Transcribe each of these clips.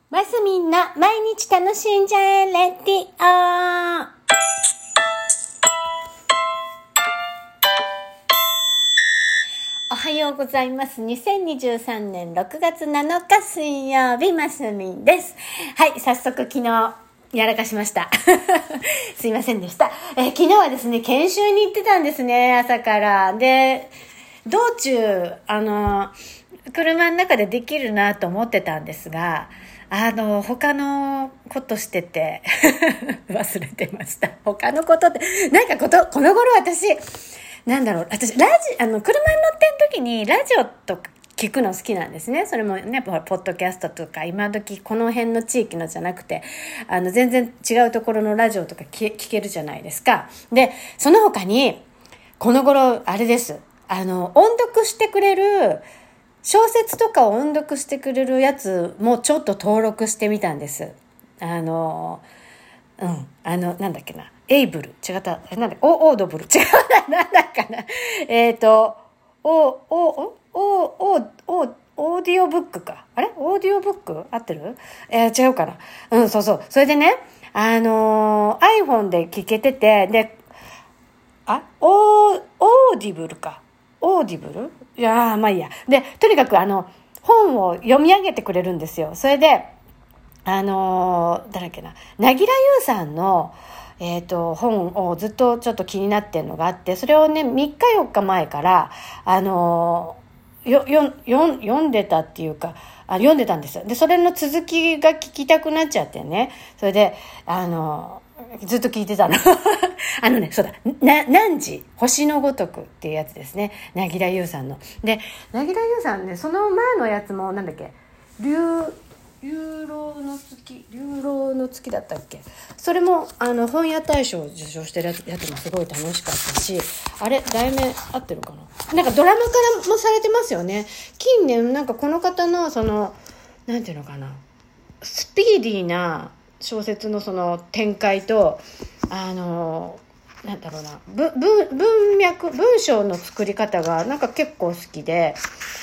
マスミンの毎日楽しんじゃえレディオ。おはようございます。2023年6月7日水曜日、マスミンです。はい、早速昨日やらかしました。すいませんでした。昨日はですね、研修に行ってたんですね、朝から。で、道中、車の中でできるなと思ってたんですが、他のことしてて、忘れてました。他のことって、この頃私、車に乗ってる時にラジオとか聞くの好きなんですね。それもね、ポッドキャストとか、今時この辺の地域のじゃなくて、全然違うところのラジオとか聞けるじゃないですか。で、その他に、この頃、あれです。音読してくれる、小説とかを音読してくれるやつもちょっと登録してみたんです。なんだっけな。エイブル。違った。オードブル。違うな。なんだっけな。オーディオブックか。あれオーディオブック合ってる？違うかな。うん、そうそう。それでね、iPhone で聞けてて、で、オーディブルか。オーディブル？いやー、まあいいや。で、とにかく本を読み上げてくれるんですよ。それで、誰だっけな。なぎらゆうさんの、本をずっとちょっと気になってるのがあって、それをね、3日4日前から、読んでたっていうか、読んでたんですよ。で、それの続きが聞きたくなっちゃってね。それで、ずっと聞いてたの。そうだ、汝、星のごとくっていうやつですね。なぎらゆうさんの。で、なぎらゆうさんね、その前のやつも、流浪の月だったっけ。それも本屋大賞を受賞してるやつもすごい楽しかったし、あれ題名合ってるかな。ドラマからもされてますよね。近年この方のなんていうのかな、スピーディーな小説のその展開と文章の作り方が結構好きで、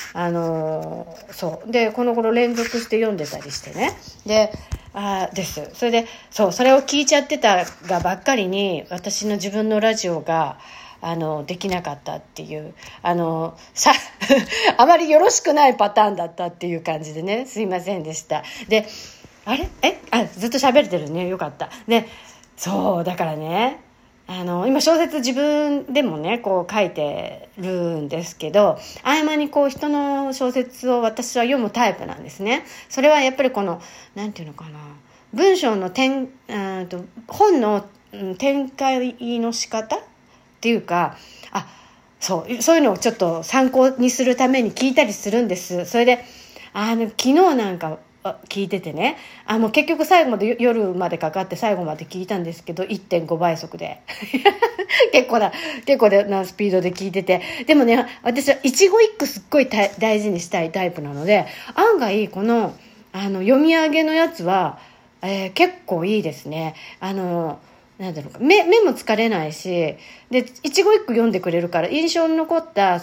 そうでこの頃連続して読んでたりしてね。でです。それでそれを聞いちゃってたがばっかりに、私の自分のラジオができなかったっていうあまりよろしくないパターンだったっていう感じでね、すいませんでした。でずっと喋れてるね。よかった。で、そうだからね、今小説自分でもねこう書いてるんですけど、合間にこう人の小説を私は読むタイプなんですね。それはやっぱりなんていうのかな、文章の本の展開の仕方っていうか、そういうのをちょっと参考にするために聞いたりするんです。それで昨日聞いててね、もう結局最後まで夜までかかって最後まで聞いたんですけど、 1.5 倍速で結構なスピードで聞いてて、でもね、私は一語一句すっごい大事にしたいタイプなので、案外この読み上げのやつは、結構いいですね。目も疲れないし、で一語一句読んでくれるから印象に残った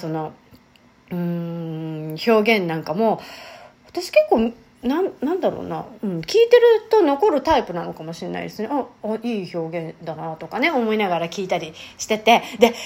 表現なんかも私結構聞いてると残るタイプなのかもしれないですね。いい表現だなとかね思いながら聞いたりしてて、で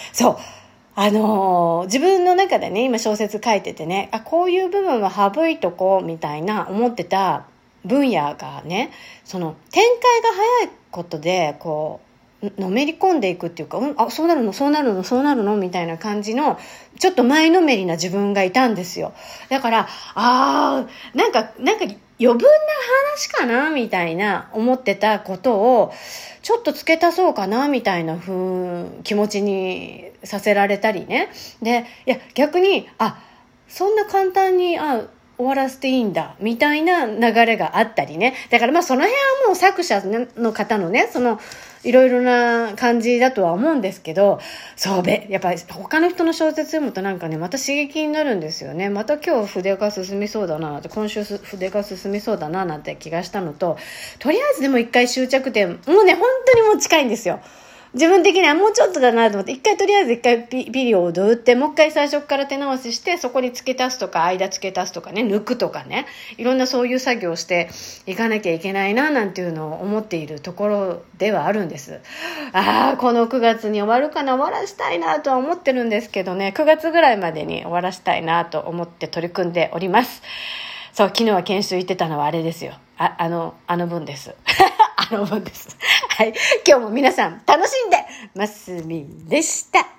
自分の中でね今小説書いててね、こういう部分は省いとこうみたいな思ってた分野がね、その展開が早いことでこうのめり込んでいくっていうか、そうなるのみたいな感じのちょっと前のめりな自分がいたんですよ。だからなんか余分な話かなみたいな思ってたことをちょっと付け足そうかなみたいな気持ちにさせられたりね。で逆にそんな簡単に終わらせていいんだみたいな流れがあったりね。だからその辺はもう作者の方のねいろいろな感じだとは思うんですけど、やっぱり他の人の小説読むとまた刺激になるんですよね。また今日筆が進みそうだなって、今週筆が進みそうだななんて気がしたのと、とりあえずでも一回終着点もうね本当にもう近いんですよ。 自分的にはもうちょっとだなと思って、とりあえず一回ピリオド打って、もう一回最初から手直しして、そこに付け足すとか、間付け足すとかね、抜くとかね、いろんなそういう作業をしていかなきゃいけないな、なんていうのを思っているところではあるんです。この9月に終わるかな、終わらしたいなとは思ってるんですけどね、9月ぐらいまでに終わらしたいなと思って取り組んでおります。そう、昨日は研修行ってたのはあれですよ。あの分です。あの分です。はい。今日も皆さん楽しんでますみでした。